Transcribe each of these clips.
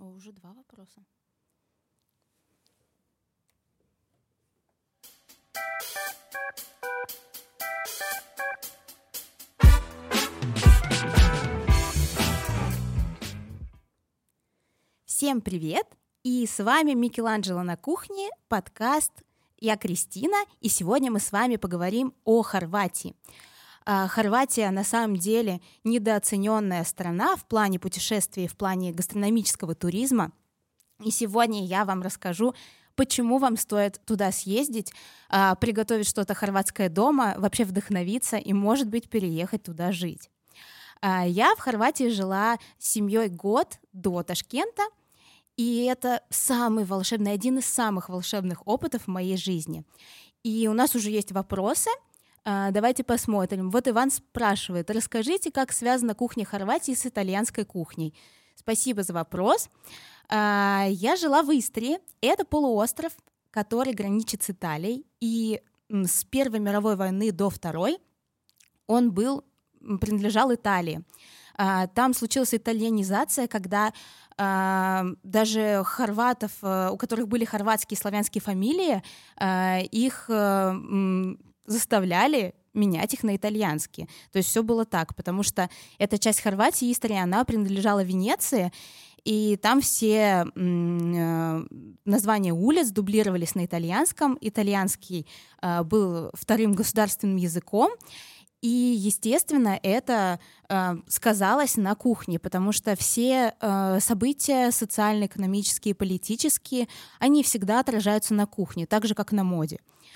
Уже два вопроса. Всем привет! И с вами Микеланджело на кухне, подкаст «Я Кристина», и сегодня мы с вами поговорим о Хорватии. Хорватия на самом деле недооцененная страна в плане путешествий, в плане гастрономического туризма. И сегодня я вам расскажу, почему вам стоит туда съездить, приготовить что-то хорватское дома, вообще вдохновиться и, может быть, переехать туда жить. Я в Хорватии жила с семьей год до Ташкента, и это самый волшебный, один из самых волшебных опытов в моей жизни. И у нас уже есть вопросы. Давайте посмотрим. Вот Иван спрашивает: расскажите, как связана кухня Хорватии с итальянской кухней? Спасибо за вопрос. Я жила в Истрии. Это полуостров, который граничит с Италией. И с Первой мировой войны до Второй он принадлежал Италии. Там случилась итальянизация, когда даже хорватов, у которых были хорватские и славянские фамилии, их заставляли менять их на итальянские. То есть все было так, потому что эта часть Хорватии, Истрия, она принадлежала Венеции, и там все названия улиц дублировались на итальянском. Итальянский был вторым государственным языком, и, естественно, это сказалось на кухне, потому что все события социально-экономические, политические, они всегда отражаются на кухне, так же, как на моде.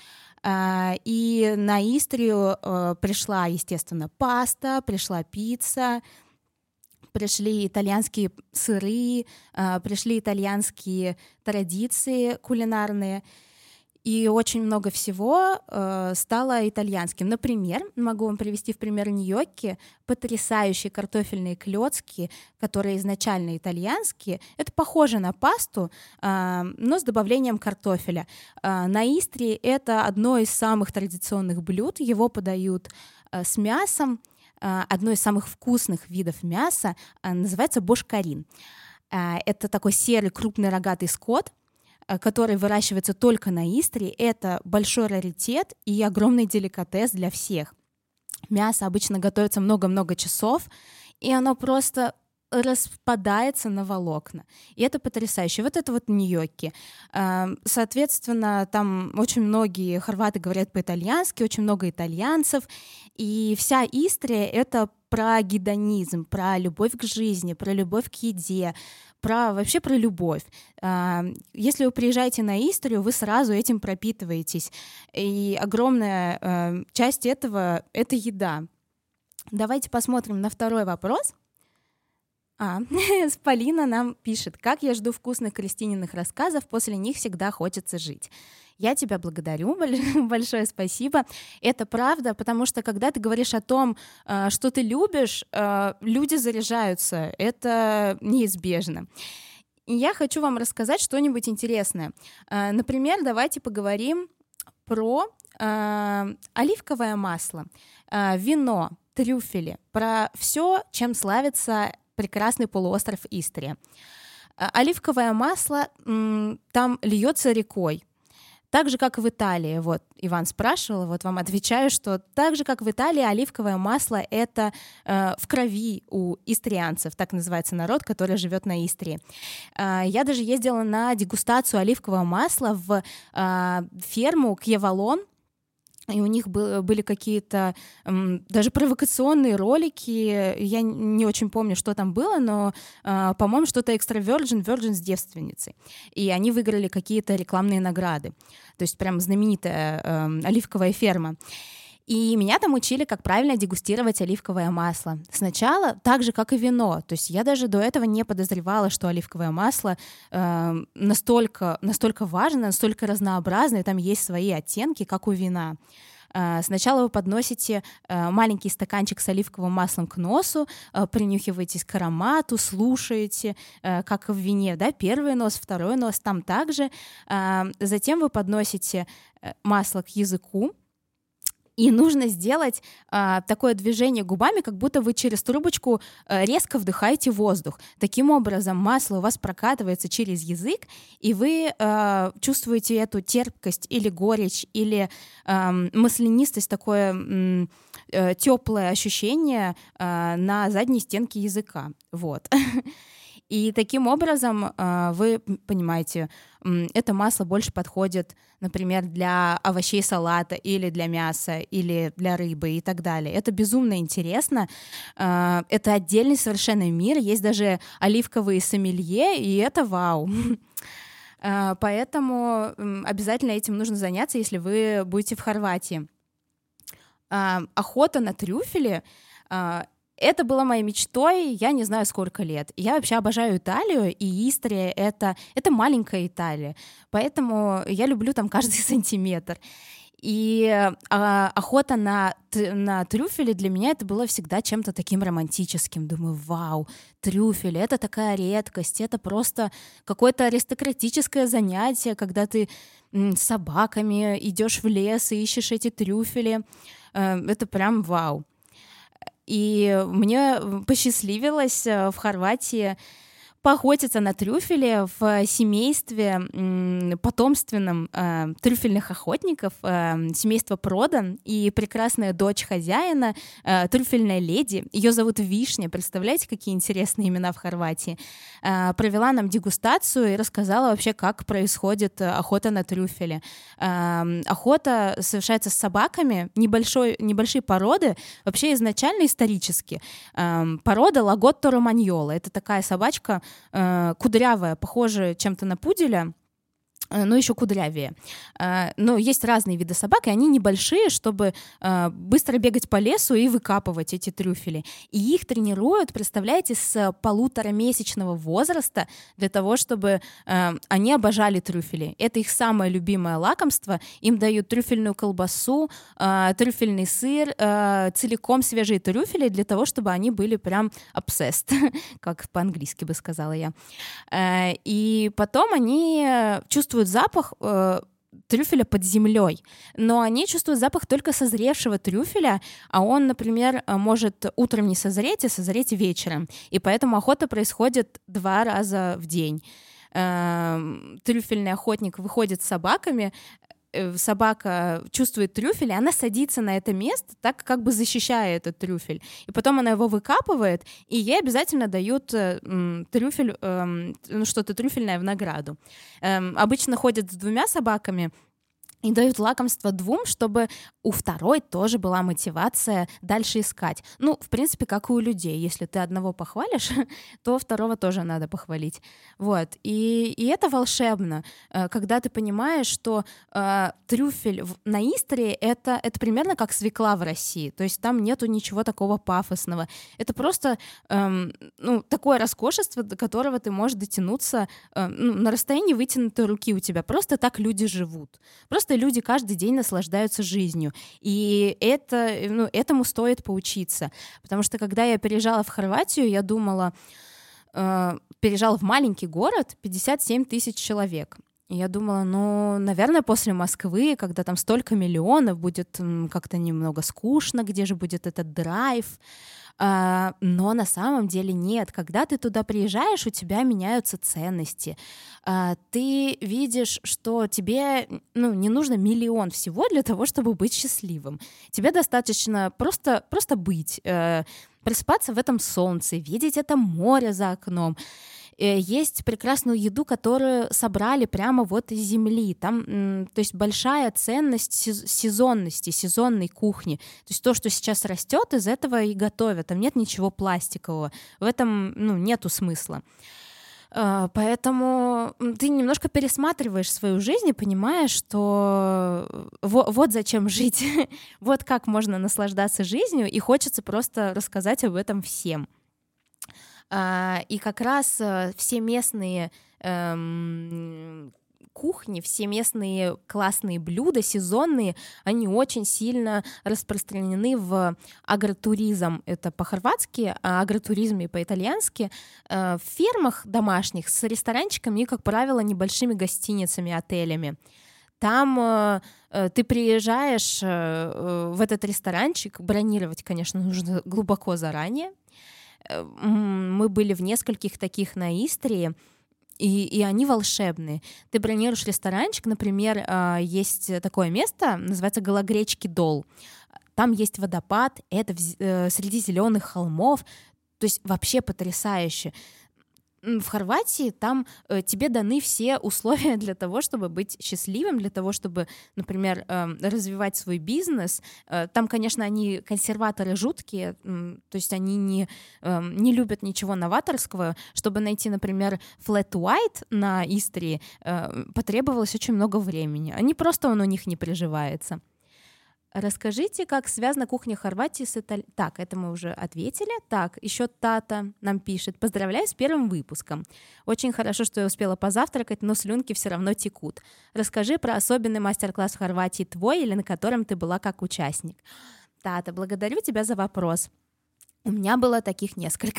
И на Истрию пришла, естественно, паста, пришла пицца, пришли итальянские сыры, пришли итальянские традиции кулинарные, и очень много всего стало итальянским. Например, могу вам привести в пример ньокки, потрясающие картофельные клёцки, которые изначально итальянские. Это похоже на пасту, но с добавлением картофеля. На Истрии это одно из самых традиционных блюд. Его подают с мясом. Одно из самых вкусных видов мяса называется бошкарин. Это такой серый крупный рогатый скот, который выращивается только на Истрии. Это большой раритет и огромный деликатес для всех. Мясо обычно готовится много-много часов, и оно просто распадается на волокна. И это потрясающе. Вот это вот ньокки. Соответственно, там очень многие хорваты говорят по-итальянски, очень много итальянцев, и вся Истрия — это про гедонизм, про любовь к жизни, про любовь к еде, вообще про любовь. Если вы приезжаете на Истрию, вы сразу этим пропитываетесь. И огромная часть этого — это еда. Давайте посмотрим на второй вопрос. Полина нам пишет: как я жду вкусных Кристининых рассказов, после них всегда хочется жить. Я тебя благодарю, большое спасибо. Это правда, потому что когда ты говоришь о том, что ты любишь, люди заряжаются, это неизбежно. И я хочу вам рассказать что-нибудь интересное. Например, давайте поговорим про оливковое масло, вино, трюфели, про все, чем славится прекрасный полуостров Истрия. Оливковое масло там льется рекой. Так же, как и в Италии. Вот Иван спрашивал, вот вам отвечаю, что так же, как в Италии, оливковое масло — это в крови у истрианцев, так называется народ, который живет на Истрии. Я даже ездила на дегустацию оливкового масла в ферму Кьявалон, и у них были какие-то даже провокационные ролики. Я не очень помню, что там было, но, по-моему, что-то экстра virgin с девственницей. И они выиграли какие-то рекламные награды. То есть прям знаменитая оливковая ферма. И меня там учили, как правильно дегустировать оливковое масло. Сначала так же, как и вино. То есть я даже до этого не подозревала, что оливковое масло настолько важно, настолько разнообразно, и там есть свои оттенки, как у вина. Сначала вы подносите маленький стаканчик с оливковым маслом к носу, принюхиваетесь к аромату, слушаете, как в вине, да, первый нос, второй нос, там также. Затем вы подносите масло к языку, И нужно сделать такое движение губами, как будто вы через трубочку резко вдыхаете воздух. Таким образом, масло у вас прокатывается через язык, и вы чувствуете эту терпкость или горечь, или маслянистость, такое теплое ощущение на задней стенке языка. Вот. И таким образом, вы понимаете, это масло больше подходит, например, для овощей салата или для мяса, или для рыбы и так далее. Это безумно интересно. Это отдельный совершенно мир. Есть даже оливковые сомелье, и это вау. Поэтому обязательно этим нужно заняться, если вы будете в Хорватии. Охота на трюфели — это было моей мечтой, я не знаю, сколько лет. Я вообще обожаю Италию, и Истрия — это маленькая Италия, поэтому я люблю там каждый сантиметр. И охота на трюфели для меня это было всегда чем-то таким романтическим. Думаю, вау, трюфели — это такая редкость, это просто какое-то аристократическое занятие, когда ты с собаками идешь в лес и ищешь эти трюфели. Это прям вау. И мне посчастливилось в Хорватии поохотиться на трюфели в семействе потомственном трюфельных охотников, семейство Продан, и прекрасная дочь хозяина, трюфельная леди, ее зовут Вишня, представляете, какие интересные имена в Хорватии, провела нам дегустацию и рассказала вообще, как происходит охота на трюфели. Охота совершается с собаками небольшие породы, вообще изначально исторически. Порода Лаготто романьола, это такая собачка, кудрявая, похожая чем-то на пуделя, но еще кудрявее. Но есть разные виды собак, и они небольшие, чтобы быстро бегать по лесу и выкапывать эти трюфели. И их тренируют, представляете, с 1,5-месячного возраста для того, чтобы они обожали трюфели. Это их самое любимое лакомство. Им дают трюфельную колбасу, трюфельный сыр, целиком свежие трюфели для того, чтобы они были прям obsessed, как по-английски бы сказала я. И потом они чувствуют запах трюфеля под землей, но они чувствуют запах только созревшего трюфеля, а он, например, может утром не созреть, а созреть вечером, и поэтому охота происходит 2 раза в день. Трюфельный охотник выходит с собаками, собака чувствует трюфель, и она садится на это место, так как бы защищая этот трюфель. И потом она его выкапывает, и ей обязательно дают трюфель, что-то трюфельное в награду. Обычно ходят с 2 собаками и дают лакомство 2, чтобы у второй тоже была мотивация дальше искать. Ну, в принципе, как и у людей. Если ты одного похвалишь, то второго тоже надо похвалить. Вот. И это волшебно, когда ты понимаешь, что трюфель на Истрии — это примерно как свекла в России. То есть там нету ничего такого пафосного. Это просто такое роскошество, до которого ты можешь дотянуться на расстоянии вытянутой руки у тебя. Просто так люди живут. Просто люди каждый день наслаждаются жизнью. И этому стоит поучиться. Потому что когда я переезжала в Хорватию, я думала, переезжала в маленький город, 57 тысяч человек. И я думала, наверное, после Москвы, когда там столько миллионов, будет как-то немного скучно, где же будет этот драйв. Но на самом деле нет. Когда ты туда приезжаешь, у тебя меняются ценности. Ты видишь, что тебе не нужно миллион всего для того, чтобы быть счастливым. Тебе достаточно просто быть, просыпаться в этом солнце, видеть это море за окном. Есть прекрасную еду, которую собрали прямо вот из земли. Там, то есть большая ценность сезонности, сезонной кухни. То есть то, что сейчас растет, из этого и готовят. Там нет ничего пластикового. В этом нету смысла. Поэтому ты немножко пересматриваешь свою жизнь и понимаешь, что вот зачем жить, вот как можно наслаждаться жизнью, и хочется просто рассказать об этом всем. И как раз все местные кухни, все местные классные блюда, сезонные, они очень сильно распространены в агротуризм. Это по-хорватски, а агротуризм и по-итальянски. В фермах домашних с ресторанчиками и, как правило, небольшими гостиницами, отелями. Там ты приезжаешь в этот ресторанчик, бронировать, конечно, нужно глубоко заранее. Мы были в нескольких таких на Истрии, и они волшебные. Ты бронируешь ресторанчик, например, есть такое место, называется Гологречки Дол. Там есть водопад, это среди зеленых холмов, то есть вообще потрясающе. В Хорватии там тебе даны все условия для того, чтобы быть счастливым, для того, чтобы, например, развивать свой бизнес. Там, конечно, они консерваторы жуткие, то есть они не любят ничего новаторского. Чтобы найти, например, flat white на Истрии, потребовалось очень много времени. Он у них не приживается. Расскажите, как связана кухня Хорватии с Италией. Так, это мы уже ответили. Так, еще Тата нам пишет. Поздравляю с первым выпуском. Очень хорошо, что я успела позавтракать, но слюнки все равно текут. Расскажи про особенный мастер-класс в Хорватии твой или на котором ты была как участник. Тата, благодарю тебя за вопрос. У меня было таких несколько.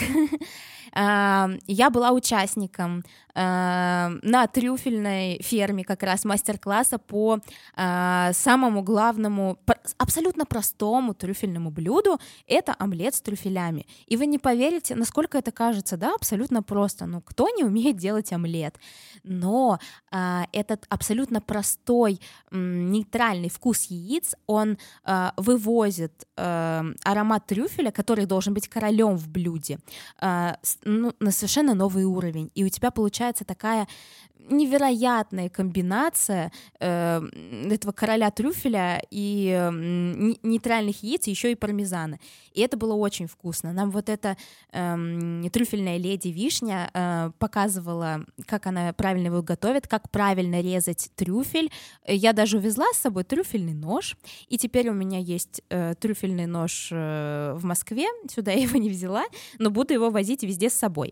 Я была участником на трюфельной ферме как раз мастер-класса по самому главному, абсолютно простому трюфельному блюду. Это омлет с трюфелями. И вы не поверите, насколько это кажется, да, абсолютно просто. Ну, кто не умеет делать омлет? Но этот абсолютно простой, нейтральный вкус яиц, он вывозит аромат трюфеля, который должен быть королем в блюде, на совершенно новый уровень. И у тебя получается такая невероятная комбинация этого короля трюфеля и нейтральных яиц, еще и пармезана. И это было очень вкусно. Нам вот эта трюфельная леди Вишня показывала, как она правильно его готовит, как правильно резать трюфель. Я даже увезла с собой трюфельный нож, и теперь у меня есть трюфельный нож в Москве. Сюда я его не взяла, но буду его возить везде с собой.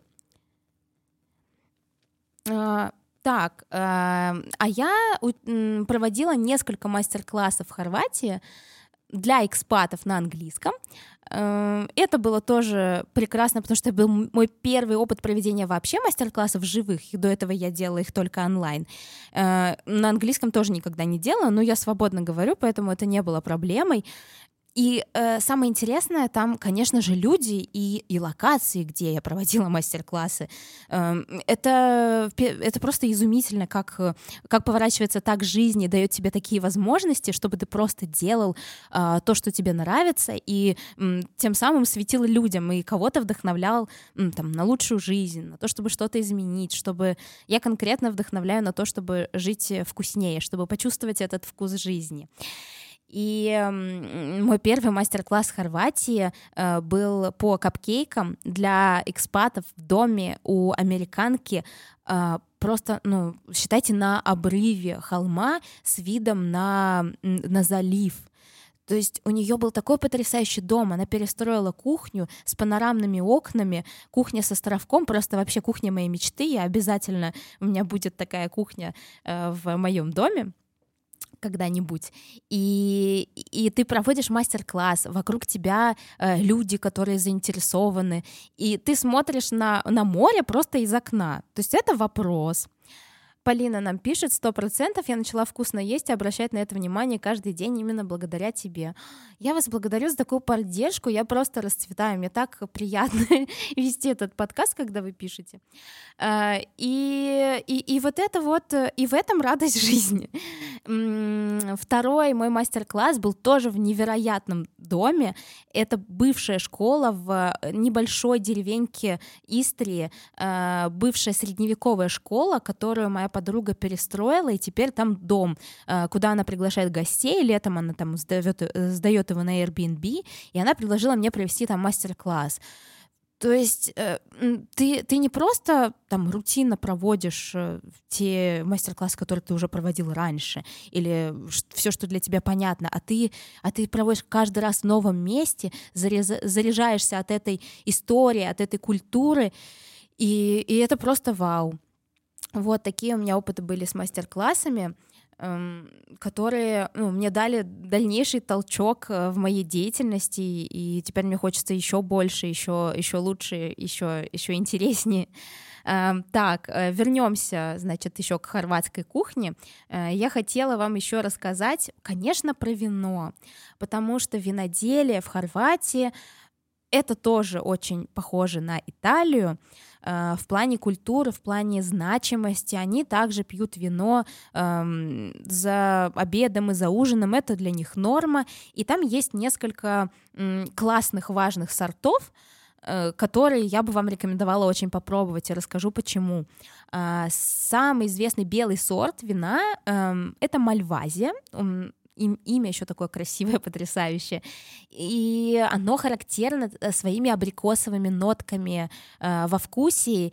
Так, а я проводила несколько мастер-классов в Хорватии для экспатов на английском. Это было тоже прекрасно, потому что это был мой первый опыт проведения вообще мастер-классов живых. До этого я делала их только онлайн. На английском тоже никогда не делала, но я свободно говорю, поэтому это не было проблемой. И самое интересное, там, конечно же, люди и локации, где я проводила мастер-классы. Это просто изумительно, как поворачивается так жизнь и дает тебе такие возможности, чтобы ты просто делал то, что тебе нравится, и тем самым светил людям и кого-то вдохновлял там, на лучшую жизнь, на то, чтобы что-то изменить, чтобы я конкретно вдохновляю на то, чтобы жить вкуснее, чтобы почувствовать этот вкус жизни. И мой первый мастер-класс в Хорватии был по капкейкам для экспатов в доме у американки, просто, считайте, на обрыве холма с видом на залив. То есть у нее был такой потрясающий дом, она перестроила кухню с панорамными окнами, кухня с островком, просто вообще кухня моей мечты, обязательно у меня будет такая кухня в моем доме когда-нибудь, и ты проводишь мастер-класс, вокруг тебя люди, которые заинтересованы, и ты смотришь на море просто из окна. То есть это вопрос. Полина нам пишет: 100% я начала вкусно есть и обращать на это внимание каждый день именно благодаря тебе. Я вас благодарю за такую поддержку, я просто расцветаю, мне так приятно вести этот подкаст, когда вы пишете. И вот это вот, и в этом радость жизни. Второй мой мастер-класс был тоже в невероятном доме. Это бывшая школа в небольшой деревеньке Истрии, бывшая средневековая школа, которую моя подруга перестроила, и теперь там дом, куда она приглашает гостей. Летом она там сдает его на Airbnb, и она предложила мне провести там мастер-класс. То есть ты не просто там рутинно проводишь те мастер-классы, которые ты уже проводил раньше, или все, что для тебя понятно, а ты проводишь каждый раз в новом месте, заряжаешься от этой истории, от этой культуры, и это просто вау. Вот такие у меня опыты были с мастер-классами. которые мне дали дальнейший толчок в моей деятельности, и теперь мне хочется еще больше, еще лучше, еще интереснее. Так, вернемся, значит, еще к хорватской кухне. Я хотела вам еще рассказать, конечно, про вино, потому что виноделие в Хорватии это тоже очень похоже на Италию. В плане культуры, в плане значимости. Они также пьют вино за обедом и за ужином. Это для них норма. И там есть несколько классных, важных сортов, которые я бы вам рекомендовала очень попробовать, и расскажу почему. Самый известный белый сорт вина — это Мальвазия. Имя еще такое красивое, потрясающее. И оно характерно своими абрикосовыми нотками во вкусе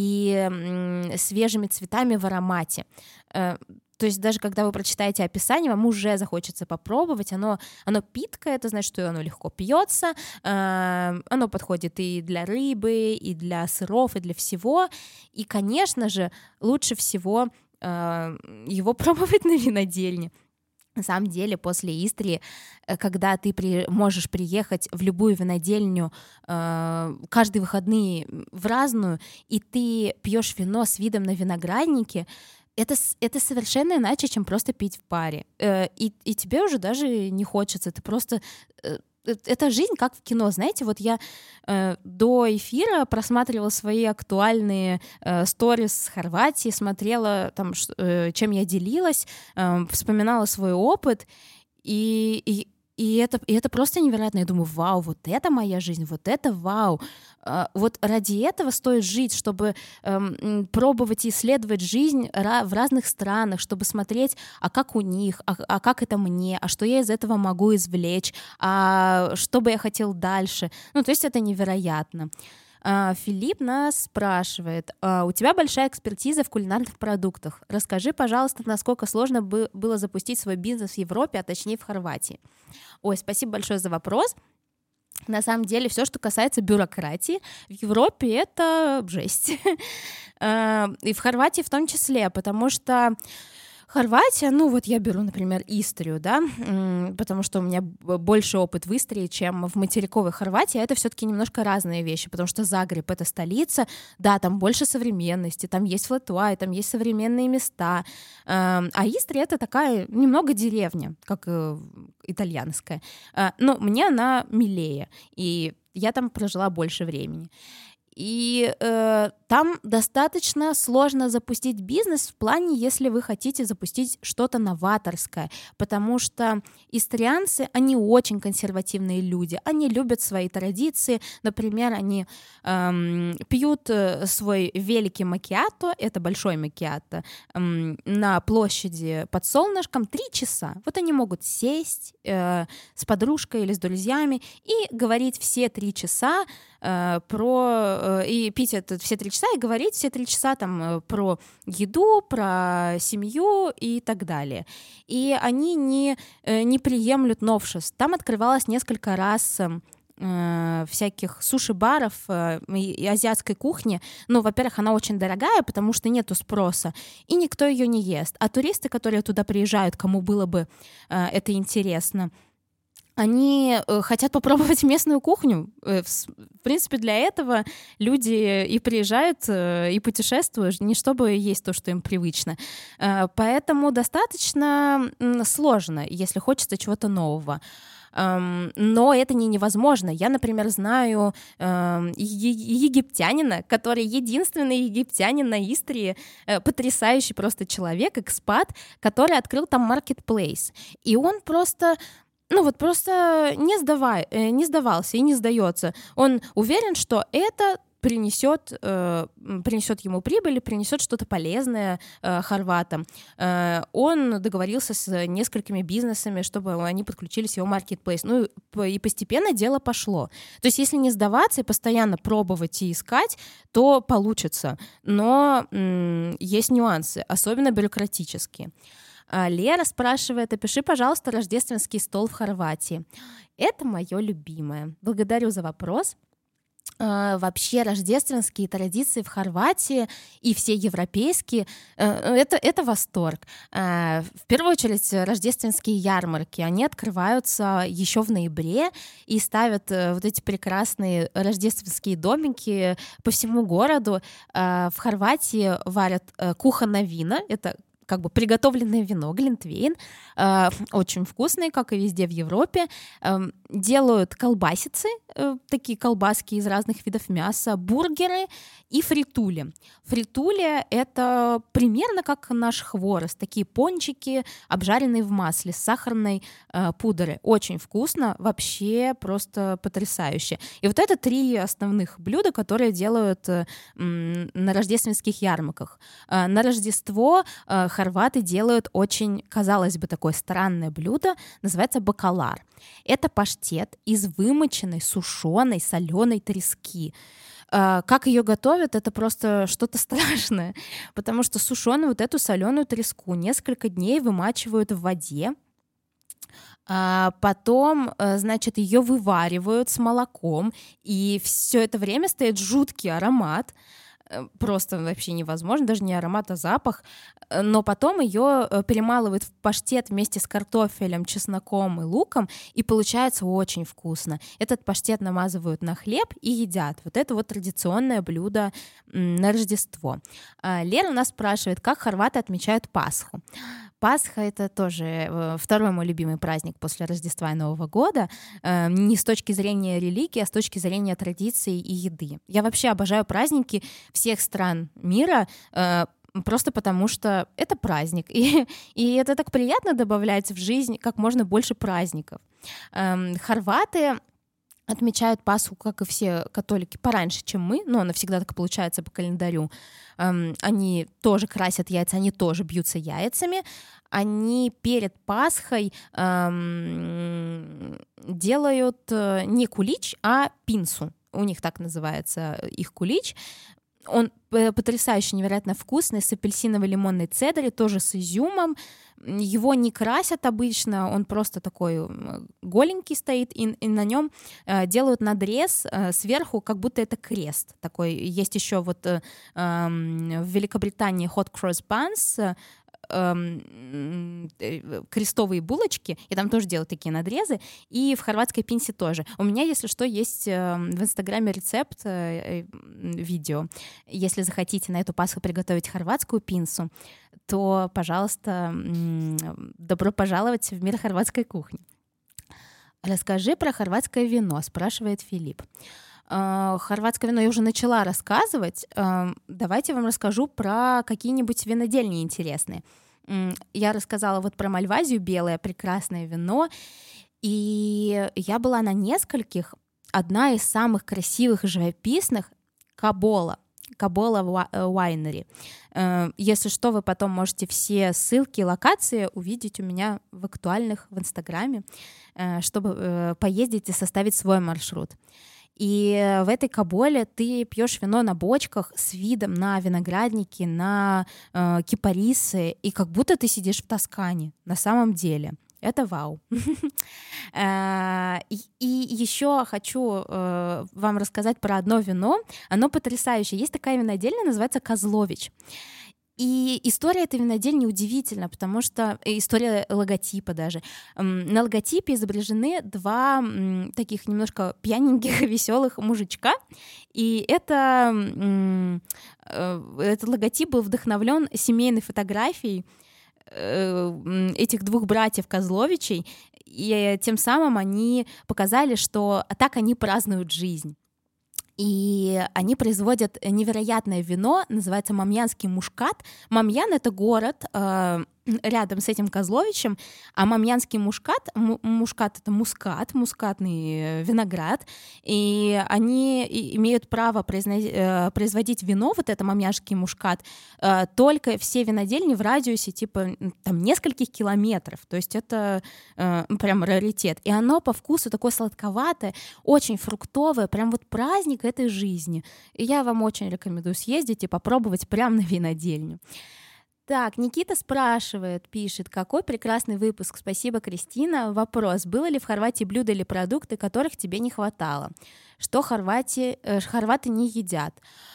и свежими цветами в аромате. То есть даже когда вы прочитаете описание, вам уже захочется попробовать. Оно питкое, это значит, что оно легко пьется. Оно подходит и для рыбы, и для сыров, и для всего. И, конечно же, лучше всего его пробовать на винодельне. На самом деле, после Истрии, когда ты можешь приехать в любую винодельню каждые выходные в разную, и ты пьешь вино с видом на виноградники, это совершенно иначе, чем просто пить в баре. И тебе уже даже не хочется, ты просто... Это жизнь как в кино, знаете, вот я до эфира просматривала свои актуальные сторис с Хорватии, смотрела там, чем я делилась, вспоминала свой опыт, и это просто невероятно. Я думаю, вау, вот это моя жизнь, вот это вау. Вот ради этого стоит жить, чтобы пробовать и исследовать жизнь в разных странах, чтобы смотреть, а как у них, а как это мне, а что я из этого могу извлечь, а что бы я хотел дальше. То есть это невероятно. Филипп нас спрашивает: у тебя большая экспертиза в кулинарных продуктах. Расскажи, пожалуйста, насколько сложно было запустить свой бизнес в Европе, а точнее в Хорватии. Ой, спасибо большое за вопрос. На самом деле, все, что касается бюрократии, в Европе это жесть. И в Хорватии в том числе, потому что Хорватия, вот я беру, например, Истрию, да, потому что у меня больше опыт в Истрии, чем в материковой Хорватии, а это все-таки немножко разные вещи, потому что Загреб — это столица, да, там больше современности, там есть флэт-уайт, там есть современные места, а Истрия — это такая немного деревня, как итальянская, но мне она милее, и я там прожила больше времени. И там достаточно сложно запустить бизнес в плане, если вы хотите запустить что-то новаторское, потому что истрианцы, они очень консервативные люди, они любят свои традиции, например, они пьют свой великий макиато, это большой макиато, на площади под солнышком 3 часа. Вот они могут сесть с подружкой или с друзьями и говорить все 3 часа и пить это все 3 часа и говорить все 3 часа там про еду, про семью и так далее. И они не приемлют новшеств. Там открывалось несколько раз всяких суши-баров и азиатской кухни. Во-первых, она очень дорогая, потому что нету спроса, и никто ее не ест. А туристы, которые туда приезжают, кому было бы это интересно, они хотят попробовать местную кухню. В принципе, для этого люди и приезжают, и путешествуют, не чтобы есть то, что им привычно. Поэтому достаточно сложно, если хочется чего-то нового. Но это не невозможно. Я, например, знаю египтянина, который единственный египтянин на Истрии, потрясающий просто человек, экспат, который открыл там маркетплейс. И он просто... просто не сдавался и не сдается. Он уверен, что это принесет ему прибыль, принесет что-то полезное хорватам. Он договорился с несколькими бизнесами, чтобы они подключились в его маркетплейс. И постепенно дело пошло. То есть если не сдаваться и постоянно пробовать и искать, то получится. Но есть нюансы, особенно бюрократические. Лера спрашивает: опиши, пожалуйста, рождественский стол в Хорватии. Это мое любимое. Благодарю за вопрос. вообще рождественские традиции в Хорватии и все европейские, это восторг. В первую очередь рождественские ярмарки, они открываются еще в ноябре и ставят вот эти прекрасные рождественские домики по всему городу. В Хорватии варят кухонное, это как бы приготовленное вино, глинтвейн, очень вкусные, как и везде в Европе. Делают колбасицы, такие колбаски из разных видов мяса, бургеры и фритули. Фритули — это примерно как наш хворост, такие пончики, обжаренные в масле с сахарной пудрой. Очень вкусно, вообще просто потрясающе. И вот это 3 основных блюда, которые делают на рождественских ярмарках. На Рождество хорваты делают очень, казалось бы, такое странное блюдо, называется бакалар. Это паштет из вымоченной, сушеной, соленой трески. Как ее готовят, это просто что-то страшное, потому что сушеную вот эту соленую треску несколько дней вымачивают в воде, потом, значит, ее вываривают с молоком, и все это время стоит жуткий аромат, просто вообще невозможно, даже не аромат, а запах, но потом ее перемалывают в паштет вместе с картофелем, чесноком и луком, и получается очень вкусно. Этот паштет намазывают на хлеб и едят. Вот это вот традиционное блюдо на Рождество. Лера у нас спрашивает, как хорваты отмечают Пасху. Пасха — это тоже второй мой любимый праздник после Рождества и Нового года, не с точки зрения религии, а с точки зрения традиций и еды. Я вообще обожаю праздники всех стран мира, просто потому что это праздник, и это так приятно добавлять в жизнь как можно больше праздников. Хорваты отмечают Пасху, как и все католики, пораньше, чем мы, но она всегда так получается по календарю. Они тоже красят яйца, они тоже бьются яйцами. Они перед Пасхой делают не кулич, а пинсу. У них так называется их кулич. Он потрясающе, невероятно вкусный, с апельсиновой лимонной цедрой, тоже с изюмом. Его не красят обычно, он просто такой голенький стоит, и на нем делают надрез сверху, как будто это крест. Такой есть еще вот в Великобритании hot cross buns, крестовые булочки, и там тоже делают такие надрезы, и в хорватской пинсе тоже. У меня, если что, есть в Инстаграме рецепт, видео. Если захотите на эту Пасху приготовить хорватскую пинсу, то, пожалуйста, добро пожаловать в мир хорватской кухни. Расскажи про хорватское вино, спрашивает Филипп. Хорватское вино я уже начала рассказывать. Давайте я вам расскажу про какие-нибудь винодельни интересные. Я рассказала вот про Мальвазию, белое прекрасное вино, и я была на нескольких. Одна из самых красивых и живописных — Кабола Winery. Если что, вы потом можете все ссылки и локации увидеть у меня в актуальных в Инстаграме, чтобы поездить и составить свой маршрут. И в этой Каболе ты пьешь вино на бочках с видом на виноградники, на кипарисы, и как будто ты сидишь в Тоскане на самом деле. Это вау. И еще хочу вам рассказать про одно вино. Оно потрясающее. Есть такая винодельня, называется Козлович. И история этой винодельни удивительна, потому что история логотипа даже. На логотипе изображены 2 таких немножко пьяненьких, веселых мужичка, и этот логотип был вдохновлен семейной фотографией этих 2 братьев Козловичей, и тем самым они показали, что так они празднуют жизнь. И они производят невероятное вино, называется Мамьянский мушкат. Мамьян — это город рядом с этим Козловичем, а Мамьянский мушкат — это мускатный виноград, и они имеют право производить вино, вот это Мамьянский мушкат, только все винодельни в радиусе типа там нескольких километров, то есть это прям раритет, и оно по вкусу такое сладковатое, очень фруктовое, прям вот праздник этой жизни, и я вам очень рекомендую съездить и попробовать прямо на винодельню. Так, Никита спрашивает, пишет: какой прекрасный выпуск, спасибо, Кристина. Вопрос: было ли в Хорватии блюда или продукты, которых тебе не хватало? Что хорваты не едят?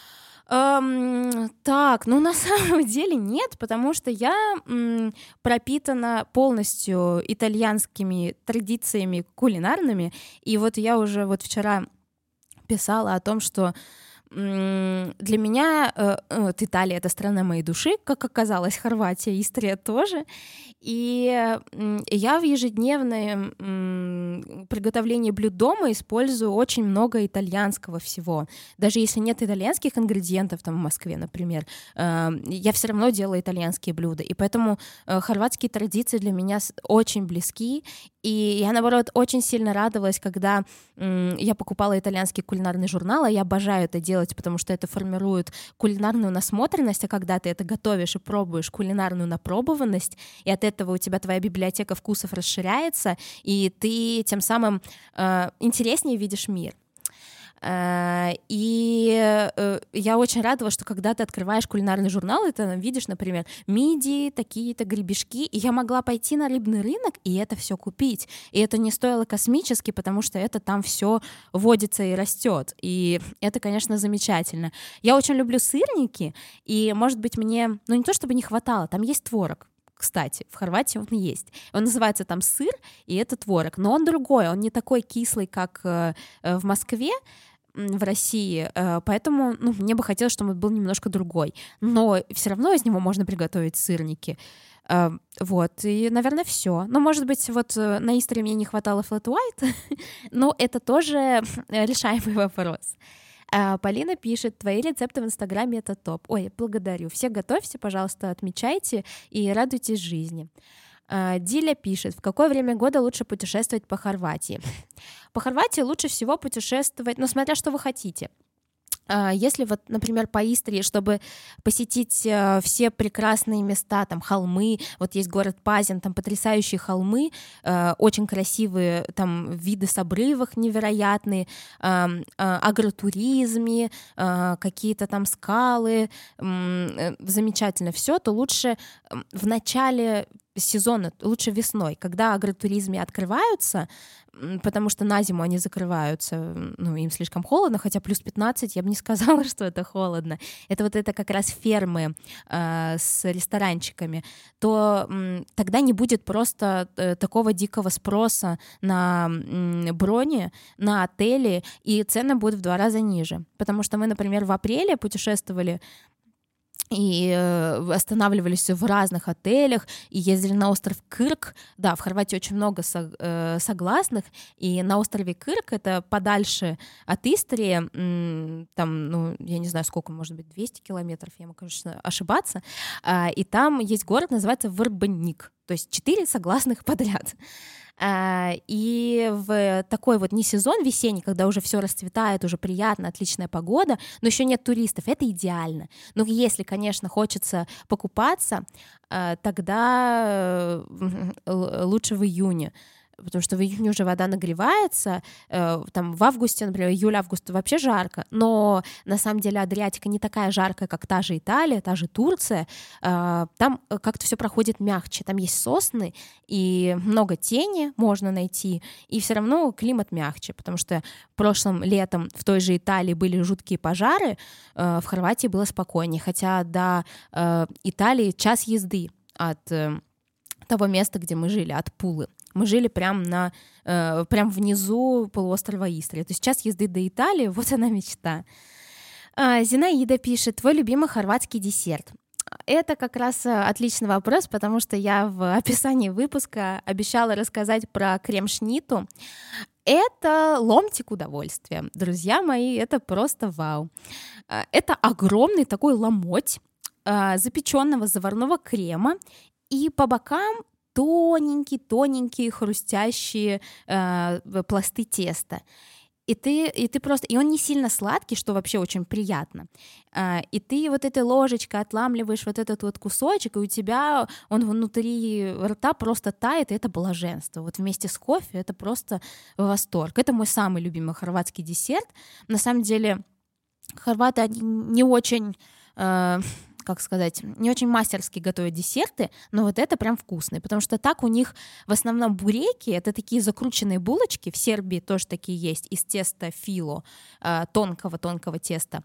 Так, ну на самом деле нет, потому что я пропитана полностью итальянскими традициями кулинарными, и вот я уже вот вчера писала о том, что для меня вот Италия — это страна моей души, как оказалось, Хорватия, Истрия тоже. И я в ежедневном приготовлении блюд дома использую очень много итальянского всего. Даже если нет итальянских ингредиентов, там в Москве, например, я все равно делаю итальянские блюда. И поэтому хорватские традиции для меня очень близки. И я, наоборот, очень сильно радовалась, когда я покупала итальянский кулинарный журнал, а я обожаю это делать, потому что это формирует кулинарную насмотренность, а когда ты это готовишь и пробуешь кулинарную напробованность, и от этого у тебя твоя библиотека вкусов расширяется, и ты тем самым интереснее видишь мир. И я очень радовалась, что когда ты открываешь кулинарный журнал, и ты там видишь, например, мидии, такие-то гребешки, и я могла пойти на рыбный рынок и это все купить. И это не стоило космически, потому что это там все водится и растет. И это, конечно, замечательно. Я очень люблю сырники, и, может быть, мне, ну не то чтобы не хватало, там есть творог. Кстати, в Хорватии он есть. Он называется там сыр, и это творог. Но он другой, он не такой кислый, как в Москве, в России, поэтому мне бы хотелось, чтобы он был немножко другой. Но все равно из него можно приготовить сырники. Вот, и, наверное, все. Ну, может быть, вот на Истре мне не хватало flat white, но это тоже решаемый вопрос. Полина пишет: твои рецепты в Инстаграме — это топ. Ой, благодарю. Все готовьте, пожалуйста, отмечайте и радуйтесь жизни. Диля пишет: в какое время года лучше путешествовать по Хорватии? По Хорватии лучше всего путешествовать, ну, смотря что вы хотите. Если вот, например, по Истрии, чтобы посетить все прекрасные места, там холмы, вот есть город Пазин, там потрясающие холмы, очень красивые, там виды с обрывов невероятные, агротуризме, какие-то там скалы, замечательно все, то лучше в начале сезона, лучше весной, когда агротуризмы открываются, потому что на зиму они закрываются, ну, им слишком холодно, хотя плюс 15, я бы не сказала, что это холодно. Это вот это как раз фермы с ресторанчиками, то тогда не будет просто такого дикого спроса на брони, на отели, и цены будут в 2 раза ниже. Потому что мы, например, в апреле путешествовали и останавливались в разных отелях, и ездили на остров Кырк. Да, в Хорватии очень много согласных, и на острове Кырк, это подальше от Истрии, там, ну, я не знаю, сколько, может быть, 200 километров, я могу, конечно, ошибаться, и там есть город, называется Врбник, то есть 4 согласных подряд. И в такой вот не сезон весенний, когда уже все расцветает, уже приятно, отличная погода, но еще нет туристов, это идеально. Но если, конечно, хочется покупаться, тогда лучше в июне, потому что в июне уже вода нагревается, там в августе, например, июль-август вообще жарко, но на самом деле Адриатика не такая жаркая, как та же Италия, та же Турция, там как-то все проходит мягче, там есть сосны, и много тени можно найти, и все равно климат мягче, потому что прошлым летом в той же Италии были жуткие пожары, в Хорватии было спокойнее, хотя до Италии час езды от того места, где мы жили, от Пулы. Мы жили прям внизу полуострова Истрия. То есть час езды до Италии, вот она мечта. Зинаида пишет: твой любимый хорватский десерт? Это как раз отличный вопрос, потому что я в описании выпуска обещала рассказать про крем-шниту. Это ломтик удовольствия. Друзья мои, это просто вау. Это огромный такой ломоть запеченного заварного крема, и по бокам тоненькие хрустящие пласты теста. И ты просто... И он не сильно сладкий, что вообще очень приятно. И ты вот этой ложечкой отламливаешь вот этот вот кусочек, и у тебя он внутри рта просто тает, и это блаженство. Вот вместе с кофе это просто восторг. Это мой самый любимый хорватский десерт. На самом деле хорваты, они не очень... как сказать, не очень мастерски готовят десерты, но вот это прям вкусные, потому что так у них в основном буреки — это такие закрученные булочки, в Сербии тоже такие есть, из теста фило, тонкого-тонкого теста.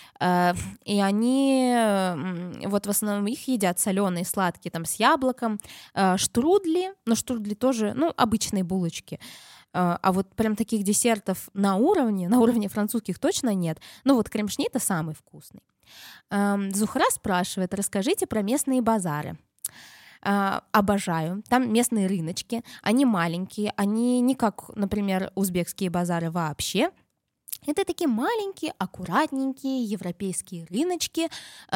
И они вот в основном их едят соленые, сладкие, там с яблоком, штрудли, но штрудли тоже, ну, обычные булочки. А вот прям таких десертов на уровне французских точно нет. Ну вот крем-шнит — это самый вкусный. Зухра спрашивает, расскажите про местные базары. Обожаю. Там местные рыночки, они маленькие, они не как, например, узбекские базары вообще. Это такие маленькие, аккуратненькие европейские рыночки.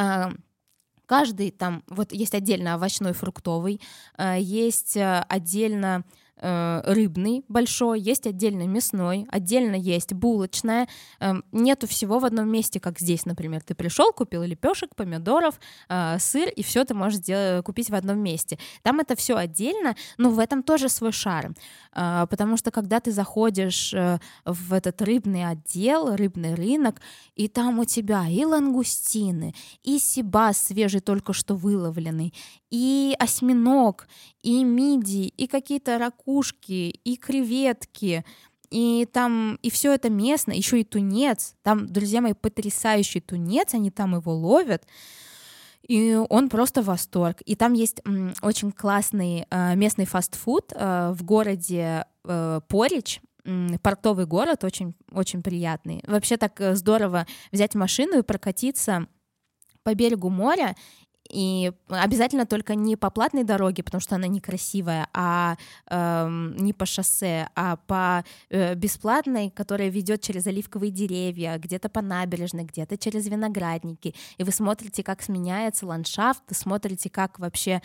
Каждый там, вот есть отдельно овощной, фруктовый, есть отдельно рыбный большой, есть отдельно мясной, отдельно есть булочная. Нету всего в одном месте, как здесь, например. Ты пришел, купил лепешек, помидоров, сыр, и все ты можешь купить в одном месте. Там это все отдельно, но в этом тоже свой шарм. Потому что когда ты заходишь в этот рыбный отдел, рыбный рынок, и там у тебя и лангустины, и сибас свежий, только что выловленный, и осьминог, и мидии, и какие-то ракушки, и креветки, и там, и все это местно, еще и тунец. Там, друзья мои, потрясающий тунец, они там его ловят, и он просто восторг. И там есть очень классный местный фастфуд в городе Поридж, портовый город, очень, очень приятный. Вообще так здорово взять машину и прокатиться по берегу моря. И обязательно только не по платной дороге, потому что она некрасивая, а не по шоссе, а по бесплатной, которая ведет через оливковые деревья, где-то по набережной, где-то через виноградники. И вы смотрите, как сменяется ландшафт, вы смотрите, как вообще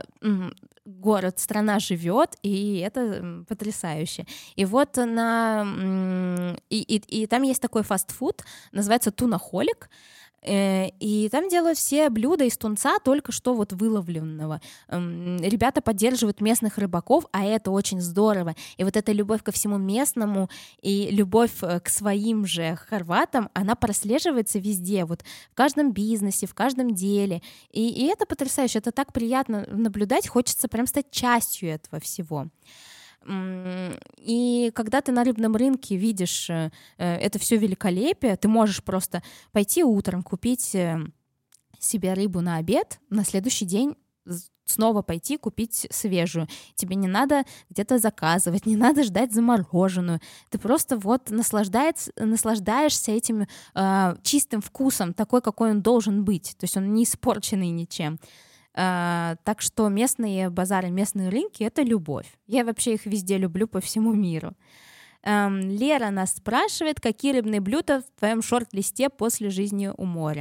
город, страна живет, и это потрясающе. И вот и там есть такой фастфуд, называется Тунахолик. И там делают все блюда из тунца, только что вот выловленного. Ребята поддерживают местных рыбаков, а это очень здорово. И вот эта любовь ко всему местному и любовь к своим же хорватам, она прослеживается везде, вот в каждом бизнесе, в каждом деле. И это потрясающе, это так приятно наблюдать, хочется прям стать частью этого всего. И когда ты на рыбном рынке видишь это все великолепие, ты можешь просто пойти утром купить себе рыбу на обед, на следующий день снова пойти купить свежую. Тебе не надо где-то заказывать, не надо ждать замороженную. Ты просто вот наслаждаешься этим чистым вкусом, такой, какой он должен быть. То есть он не испорченный ничем. Так что местные базары, местные рынки — это любовь. Я вообще их везде люблю, по всему миру. Лера нас спрашивает, какие рыбные блюда в твоем шорт-листе после жизни у моря.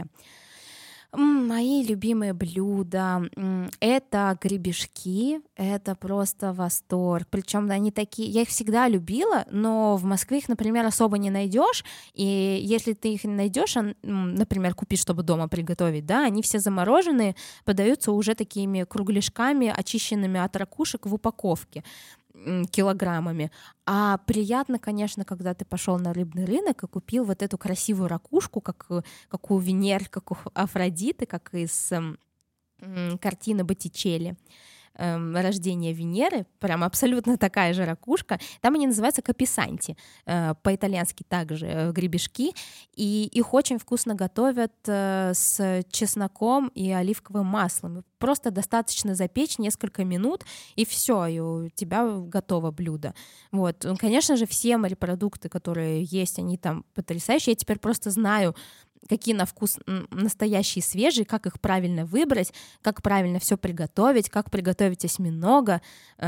Мои любимые блюда — это гребешки, это просто восторг. Причем они такие, я их всегда любила, но в Москве их, например, особо не найдешь. И если ты их не найдешь, например, купить, чтобы дома приготовить, да, они все замороженные, подаются уже такими кругляшками, очищенными от ракушек в упаковке, килограммами. А приятно, конечно, когда ты пошел на рыбный рынок и купил вот эту красивую ракушку, как у Венеры, как у Афродиты, как из картины Боттичелли «Рождение Венеры», прям абсолютно такая же ракушка. Там они называются каписанти, по-итальянски также гребешки, и их очень вкусно готовят с чесноком и оливковым маслом. Просто достаточно запечь несколько минут, и все, и у тебя готово блюдо. Вот. Конечно же, все морепродукты, которые есть, они там потрясающие. Я теперь просто знаю, какие на вкус настоящие, свежие, как их правильно выбрать, как правильно все приготовить, как приготовить осьминога,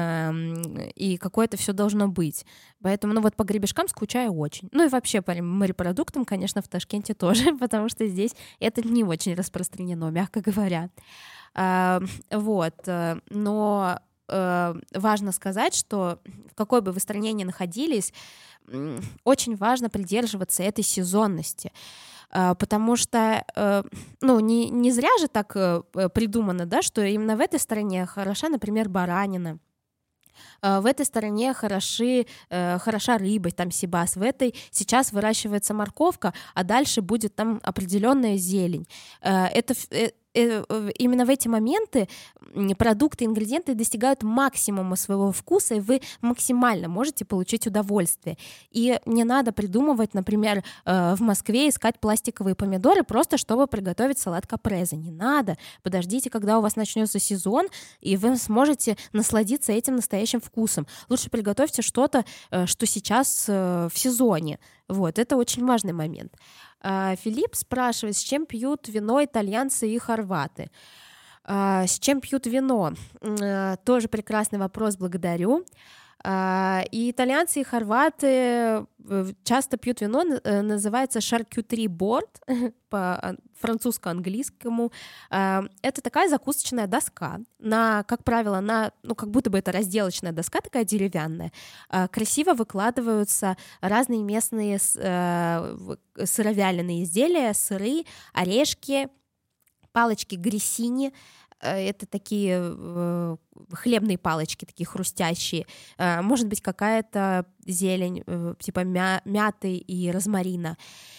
и какое это все должно быть. Поэтому, по гребешкам скучаю очень. Ну и вообще по морепродуктам, конечно, в Ташкенте тоже, потому что здесь это не очень распространено, мягко говоря. Вот. Но важно сказать, что в какой бы вы стране ни находились, очень важно придерживаться этой сезонности. Потому что, не зря же так придумано, да, что именно в этой стране хороша, например, баранина, в этой стороне хороша рыба, там сибас, в этой сейчас выращивается морковка, а дальше будет там определенная зелень. именно в эти моменты продукты, ингредиенты достигают максимума своего вкуса, и вы максимально можете получить удовольствие. И не надо придумывать, например, в Москве искать пластиковые помидоры просто чтобы приготовить салат капрезе. Не надо. Подождите, когда у вас начнется сезон, и вы сможете насладиться этим настоящим вкусом. Лучше приготовьте что-то, что сейчас в сезоне. Вот, это очень важный момент. Филипп спрашивает, с чем пьют вино итальянцы и хорваты. С чем пьют вино? Тоже прекрасный вопрос, благодарю. И итальянцы и хорваты часто пьют вино, называется charcuterie board по французско-английскому. Это такая закусочная доска, как правило, как будто бы это разделочная доска такая деревянная. Красиво выкладываются разные местные сыровяленые изделия, сыры, орешки, палочки грессини. Это такие хлебные палочки, такие хрустящие. Может быть, какая-то зелень, типа мяты и розмарина.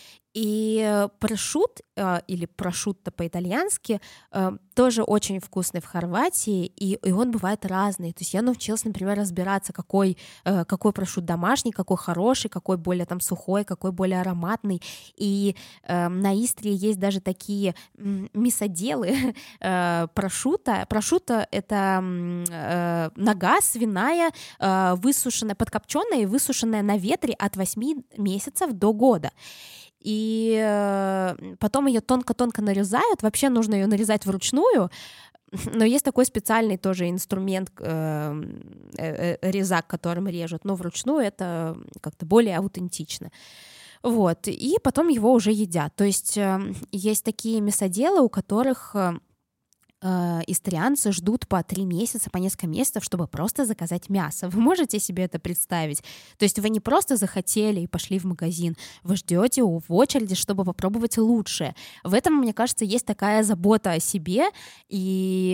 И прошут, или прошутто по-итальянски, тоже очень вкусный в Хорватии, и он бывает разный. То есть я научилась, например, разбираться, какой прошут домашний, какой хороший, какой более там сухой, какой более ароматный. И на Истрии есть даже такие мясоделы прошутто. Прошутто — это нога свиная, высушенная, подкопченная и высушенная на ветре от 8 месяцев до года. И потом ее тонко-тонко нарезают. Вообще нужно ее нарезать вручную, но есть такой специальный тоже инструмент, резак, которым режут, но вручную это как-то более аутентично. Вот, и потом его уже едят. То есть есть такие мясоделы, у которых истрианцы ждут по 3 месяца, по несколько месяцев, чтобы просто заказать мясо. Вы можете себе это представить? То есть вы не просто захотели и пошли в магазин, вы ждете в очереди, чтобы попробовать лучшее. В этом, мне кажется, есть такая забота о себе и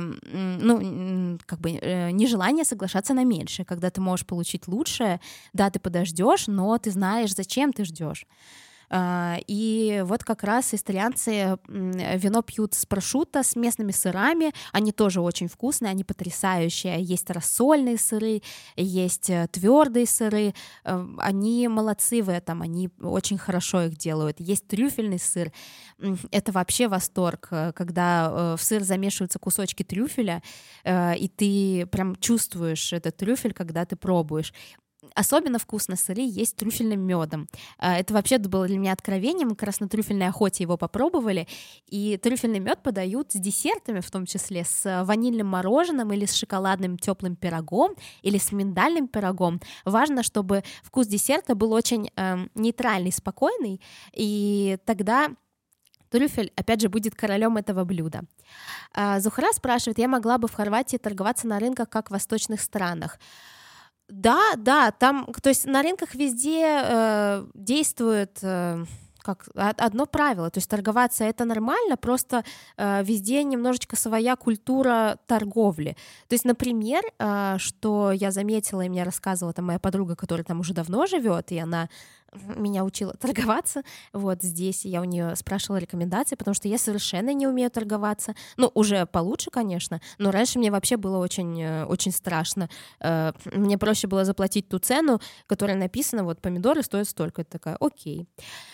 нежелание соглашаться на меньшее, когда ты можешь получить лучшее. Да, ты подождешь, но ты знаешь, зачем ты ждешь. И вот как раз истрианцы вино пьют с прошутто, с местными сырами. Они тоже очень вкусные, они потрясающие. Есть рассольные сыры, есть твердые сыры. Они молодцы в этом, они очень хорошо их делают. Есть трюфельный сыр. Это вообще восторг, когда в сыр замешиваются кусочки трюфеля, и ты прям чувствуешь этот трюфель, когда ты пробуешь. Особенно вкусно сыры есть с трюфельным медом. Это вообще было для меня откровением. Мы как раз на трюфельной охоте его попробовали. И трюфельный мед подают с десертами, в том числе с ванильным мороженым или с шоколадным теплым пирогом или с миндальным пирогом. Важно, чтобы вкус десерта был очень нейтральный, спокойный, и тогда трюфель, опять же, будет королем этого блюда. Зухра спрашивает, я могла бы в Хорватии торговаться на рынках, как в восточных странах? Да, там, то есть на рынках везде действует как одно правило, то есть торговаться это нормально, просто везде немножечко своя культура торговли. То есть, например, что я заметила, и мне рассказывала там моя подруга, которая там уже давно живет, и она меня учила торговаться, вот здесь я у нее спрашивала рекомендации, потому что я совершенно не умею торговаться, ну, уже получше, конечно, но раньше мне вообще было очень, очень страшно, мне проще было заплатить ту цену, которая написана, вот помидоры стоят столько, это такая, окей.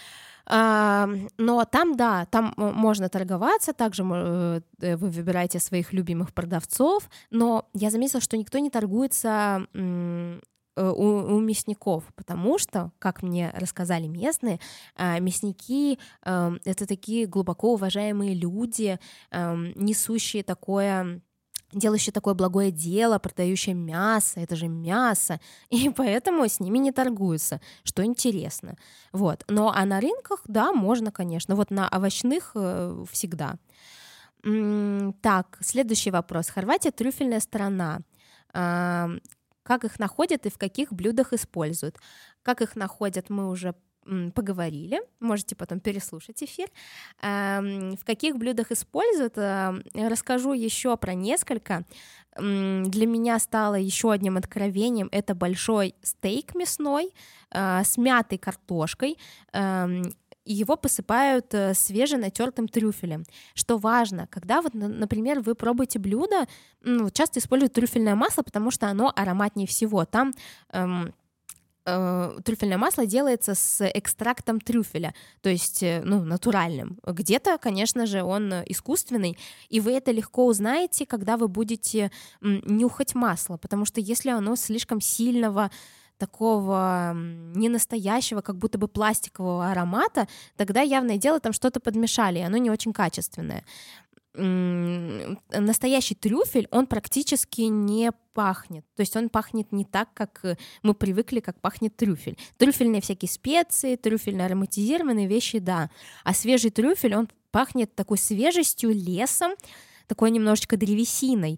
Но там, да, там можно торговаться, также вы выбираете своих любимых продавцов, но я заметила, что никто не торгуется у мясников, потому что, как мне рассказали местные, мясники — это такие глубоко уважаемые люди, несущие такое... делающие такое благое дело, продающие мясо, это же мясо, и поэтому с ними не торгуются, что интересно. Вот. А на рынках, да, можно, конечно. Вот на овощных всегда. Так, следующий вопрос. Хорватия — трюфельная страна. Как их находят и в каких блюдах используют? Как их находят, мы уже поговорили, можете потом переслушать эфир. В каких блюдах используют, расскажу еще про несколько. Для меня стало еще одним откровением — это большой стейк мясной с мятой картошкой. и его посыпают свеженатертым трюфелем. Что важно, когда, вот, например, вы пробуете блюдо, часто используют трюфельное масло, потому что оно ароматнее всего. Там трюфельное масло делается с экстрактом трюфеля, то есть, натуральным. Где-то, конечно же, он искусственный, и вы это легко узнаете, когда вы будете нюхать масло, потому что если оно слишком сильного, такого ненастоящего, как будто бы пластикового аромата, тогда явное дело, там что-то подмешали, и оно не очень качественное. Настоящий трюфель, он практически не пахнет. То есть он пахнет не так, как мы привыкли, как пахнет трюфель. Трюфельные всякие специи, трюфельно ароматизированные вещи, да. А свежий трюфель, он пахнет такой свежестью, лесом, такой немножечко древесиной.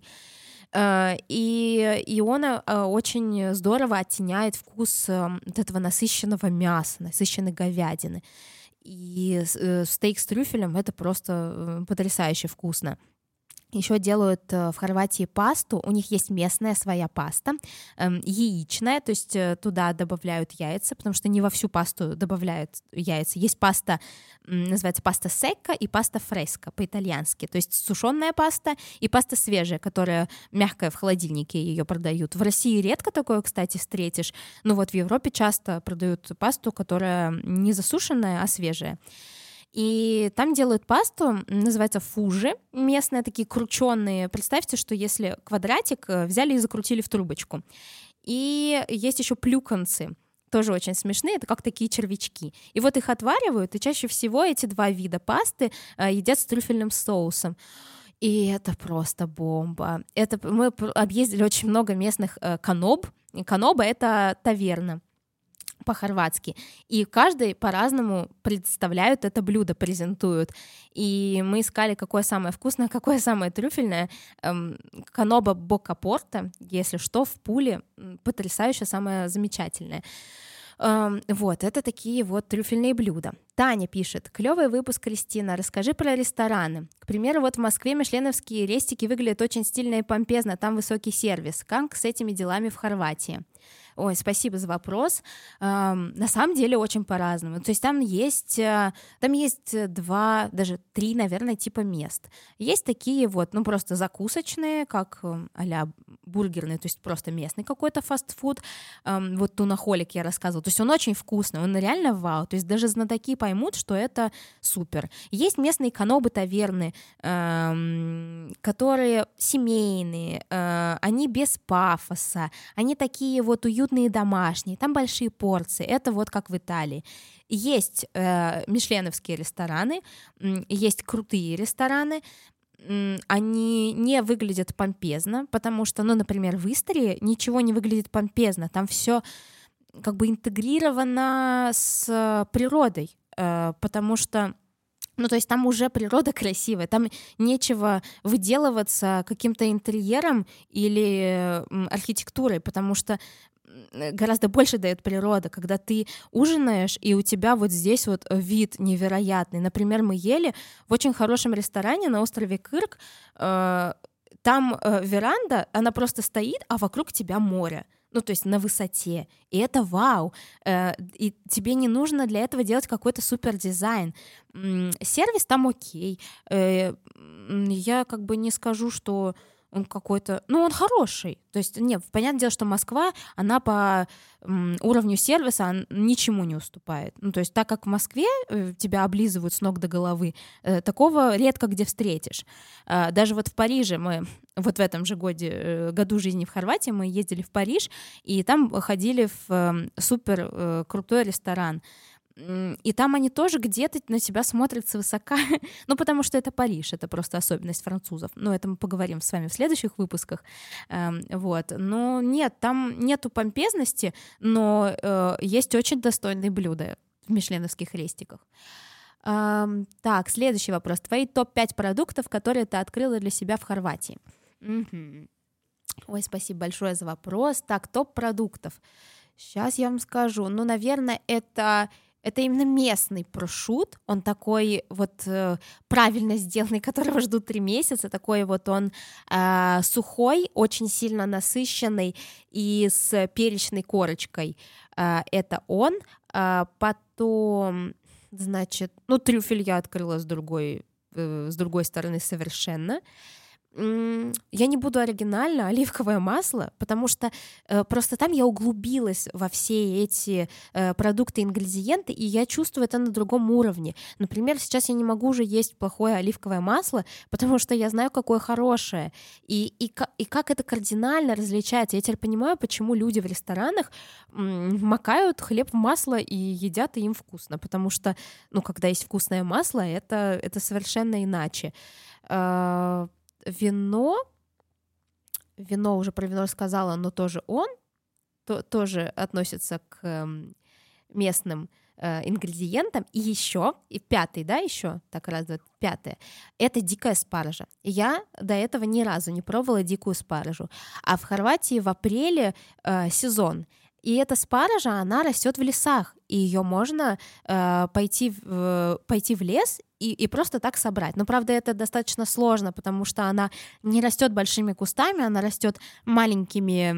И он очень здорово оттеняет вкус вот этого насыщенного мяса, насыщенной говядины. И стейк с трюфелем — это просто потрясающе вкусно. Еще делают в Хорватии пасту, у них есть местная своя паста, яичная, то есть туда добавляют яйца, потому что не во всю пасту добавляют яйца. Есть паста, называется паста секка и паста фреска по-итальянски, то есть сушеная паста и паста свежая, которая мягкая, в холодильнике ее продают. В России редко такое, кстати, встретишь, но вот в Европе часто продают пасту, которая не засушенная, а свежая. И там делают пасту, называется фужи, местные такие крученые. Представьте, что если квадратик взяли и закрутили в трубочку. И есть еще плюканцы, тоже очень смешные, это как такие червячки. И вот их отваривают, и чаще всего эти два вида пасты едят с трюфельным соусом. И это просто бомба. Мы объездили очень много местных каноб. Каноба — это таверна по-хорватски. И каждый по-разному представляют это блюдо, презентуют. И мы искали, какое самое вкусное, какое самое трюфельное. Каноба Боккапорта, если что, в Пуле, потрясающе, самое замечательное. Вот, это такие вот трюфельные блюда. Таня пишет: клевый выпуск, Кристина, расскажи про рестораны. К примеру, вот в Москве мишленовские рестики выглядят очень стильно и помпезно, там высокий сервис. Как с этими делами в Хорватии? Ой, спасибо за вопрос. На самом деле очень по-разному. То есть там есть 2, даже 3, наверное, типа мест. Есть такие вот, просто закусочные, как а-ля бургерные, то есть просто местный какой-то фастфуд. Вот тунахолик я рассказывала. То есть он очень вкусный, он реально вау. То есть даже знатоки поймут, что это супер. Есть местные канобы-таверны, которые семейные, они без пафоса, они такие вот уютные, домашние, там большие порции, это вот как в Италии. Есть мишленовские рестораны, есть крутые рестораны, они не выглядят помпезно, потому что, например, в Истрии ничего не выглядит помпезно, там все как бы интегрировано с природой, потому что то есть там уже природа красивая, там нечего выделываться каким-то интерьером или архитектурой, потому что гораздо больше дает природа, когда ты ужинаешь, и у тебя вот здесь вот вид невероятный. Например, мы ели в очень хорошем ресторане на острове Кырк, там веранда, она просто стоит, а вокруг тебя море. То есть на высоте. И это вау. И тебе не нужно для этого делать какой-то супер дизайн. Сервис там окей. Я как бы не скажу, что он какой-то... он хороший. То есть, нет, понятное дело, что Москва, она по уровню сервиса ничему не уступает. То есть, так как в Москве тебя облизывают с ног до головы, такого редко где встретишь. Даже вот в Париже мы... Вот в этом же году жизни в Хорватии мы ездили в Париж, и там ходили в супер крутой ресторан. И там они тоже где-то на тебя смотрят свысока, потому что это Париж, это просто особенность французов. Это мы поговорим с вами в следующих выпусках. Вот. Но нет, там нету помпезности, но есть очень достойные блюда в мишленовских рестиках. Так, следующий вопрос. Твои топ-5 продуктов, которые ты открыла для себя в Хорватии. Угу. Ой, спасибо большое за вопрос. Так, топ продуктов. Сейчас я вам скажу. Наверное, это именно местный прошут. Он такой вот правильно сделанный, которого ждут 3 месяца. Такой вот он сухой, очень сильно насыщенный и с перечной корочкой. Это он. Потом... Значит, ну, трюфель я открыла с другой стороны совершенно. Я не буду оригинально, оливковое масло, потому что просто там я углубилась во все эти продукты, ингредиенты, и я чувствую это на другом уровне. Например, сейчас я не могу уже есть плохое оливковое масло, потому что я знаю, какое хорошее, и как это кардинально различается. Я теперь понимаю, почему люди в ресторанах макают хлеб в масло и едят, и им вкусно, потому что, ну, когда есть вкусное масло, это совершенно иначе. Вино уже про вино сказала, но тоже тоже относится к местным ингредиентам. И еще, и пятый, да, еще, так раз, два, пятое, это дикая спаржа. Я до этого ни разу не пробовала дикую спаржу. А в Хорватии в апреле сезон. И эта спаржа, она растет в лесах, и ее можно пойти в лес и просто так собрать. Но, правда, это достаточно сложно, потому что она не растет большими кустами, она растет маленькими,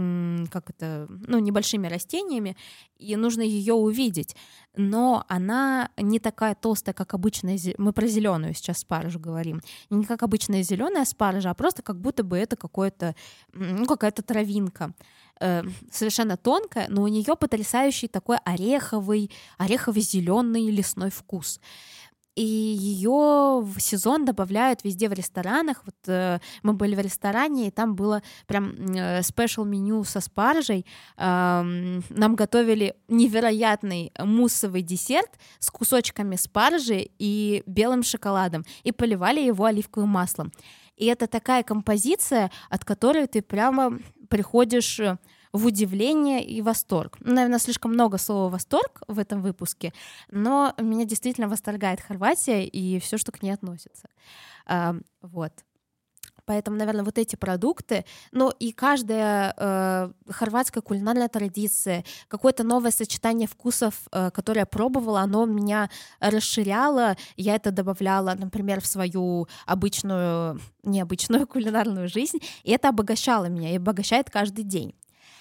небольшими растениями, и нужно ее увидеть. Но она не такая толстая, как обычная. Мы про зеленую сейчас спаржу говорим. Не как обычная зеленая спаржа, а просто как будто бы это какая-то травинка. Совершенно тонкая, но у нее потрясающий такой орехово-зеленый лесной вкус. И ее в сезон добавляют везде в ресторанах. Вот мы были в ресторане, и там было прям спешл-меню со спаржей. Нам готовили невероятный муссовый десерт с кусочками спаржи и белым шоколадом, и поливали его оливковым маслом. И это такая композиция, от которой ты прямо приходишь в удивление и восторг. Наверное, слишком много слова «восторг» в этом выпуске, но меня действительно восторгает Хорватия и все, что к ней относится. Вот. Поэтому, наверное, вот эти продукты, ну и каждая хорватская кулинарная традиция, какое-то новое сочетание вкусов, которое я пробовала, оно меня расширяло, я это добавляла, например, в свою необычную кулинарную жизнь, и это обогащало меня, и обогащает каждый день.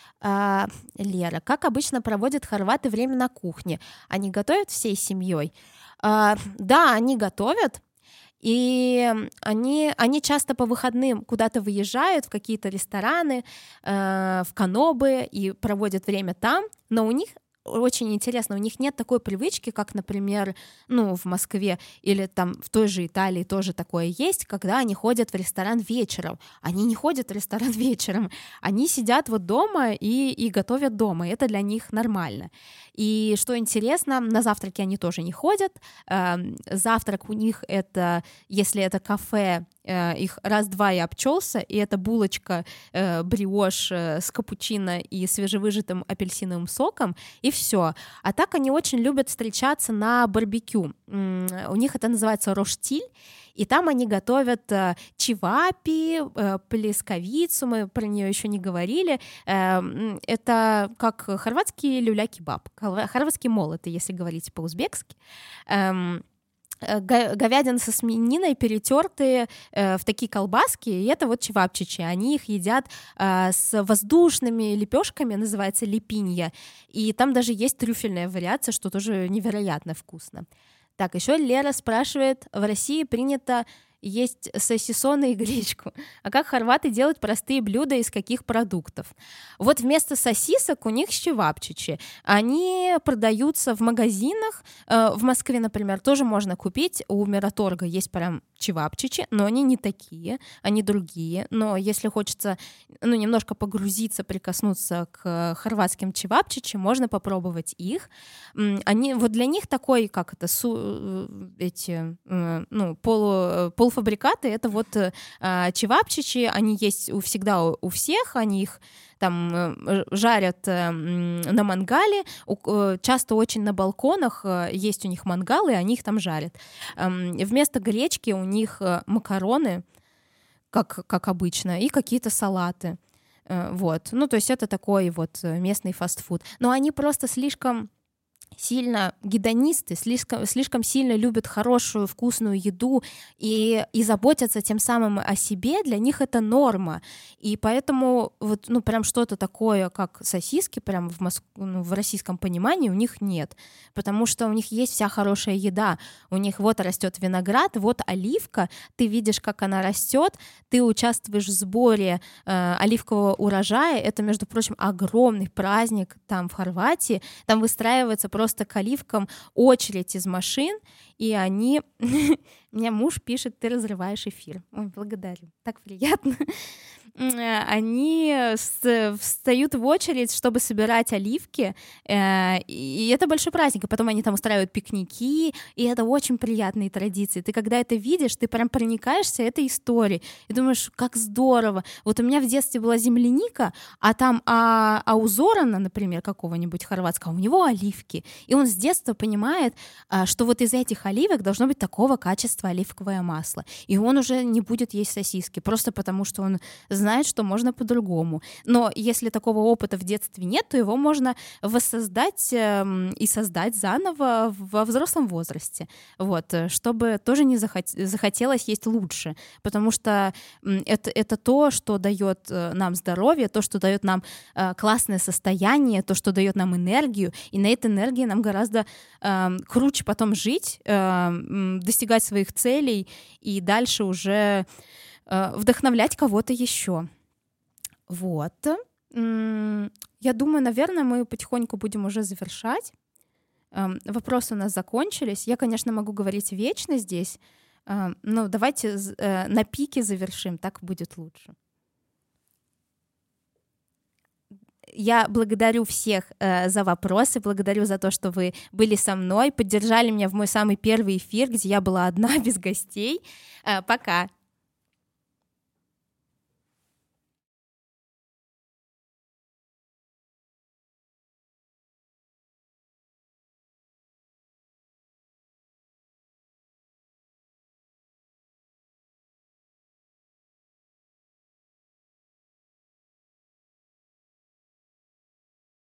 Лера, как обычно проводят хорваты время на кухне? Они готовят всей семьей? Да, они готовят. И они часто по выходным куда-то выезжают в какие-то рестораны, в канобы и проводят время там, но у них очень интересно, у них нет такой привычки, как, например, в Москве или там в той же Италии тоже такое есть, когда они ходят в ресторан вечером. Они не ходят в ресторан вечером, они сидят вот дома и готовят дома, это для них нормально. И что интересно, на завтраки они тоже не ходят. Завтрак у них это, если это кафе, их раз-два и обчелся, и это булочка бриош с капучино и свежевыжатым апельсиновым соком, и все. А так они очень любят встречаться на барбекю. У них это называется роштиль, и там они готовят чивапи, плесковицу, мы про нее еще не говорили. Это как хорватский люля-кебаб, хорватский молотый, если говорить по-узбекски. Говядина со свининой перетертые в такие колбаски, и это вот чевапчичи. Они их едят с воздушными лепешками, называется лепинья, и там даже есть трюфельная вариация, что тоже невероятно вкусно. Так, еще Лера спрашивает, в России принято есть сосисоны и гречку. А как хорваты делают простые блюда из каких продуктов? Вот вместо сосисок у них чевапчичи. Они продаются в магазинах. В Москве, например, тоже можно купить. У Мираторга есть прям чевапчичи, но они не такие, они другие. Но если хочется немножко погрузиться, прикоснуться к хорватским чевапчичи, можно попробовать их. Вот для них такой, как это, полуфабрикаты, это вот чевапчичи, они есть всегда у всех, они их там жарят на мангале, часто очень на балконах есть у них мангалы, и они их там жарят. Вместо гречки у них макароны, как обычно, и какие-то салаты. Вот. То есть это такой вот местный фастфуд. Но они просто слишком сильно гедонисты, слишком сильно любят хорошую, вкусную еду и заботятся тем самым о себе, для них это норма. И поэтому вот, ну, прям что-то такое, как сосиски, прям в российском понимании у них нет. Потому что у них есть вся хорошая еда. У них вот растет виноград, вот оливка, ты видишь, как она растет, ты участвуешь в сборе оливкового урожая. Это, между прочим, огромный праздник там в Хорватии. Там выстраивается просто к оливкам очередь из машин, и они... Меня муж пишет: ты разрываешь эфир. Ой, благодарю, так приятно. Они встают в очередь, чтобы собирать оливки, и это большой праздник, и потом они там устраивают пикники, и это очень приятные традиции. Ты когда это видишь, ты прям проникаешься этой историей, и думаешь, как здорово. Вот у меня в детстве была земляника, а там у Зорана, например, какого-нибудь хорватского, у него оливки, и он с детства понимает, что вот из этих оливок должно быть такого качества оливковое масло, и он уже не будет есть сосиски, просто потому что он знает, что можно по-другому. Но если такого опыта в детстве нет, то его можно воссоздать и создать заново во взрослом возрасте, вот, чтобы тоже не захотелось есть лучше, потому что это то, что дает нам здоровье, то, что дает нам классное состояние, то, что дает нам энергию, и на этой энергии нам гораздо круче потом жить, достигать своих целей и дальше уже вдохновлять кого-то еще. Вот. Я думаю, наверное, мы потихоньку будем уже завершать. Вопросы у нас закончились. Я, конечно, могу говорить вечно здесь, но давайте на пике завершим, так будет лучше. Я благодарю всех за вопросы, благодарю за то, что вы были со мной, поддержали меня в мой самый первый эфир, где я была одна, без гостей. Пока!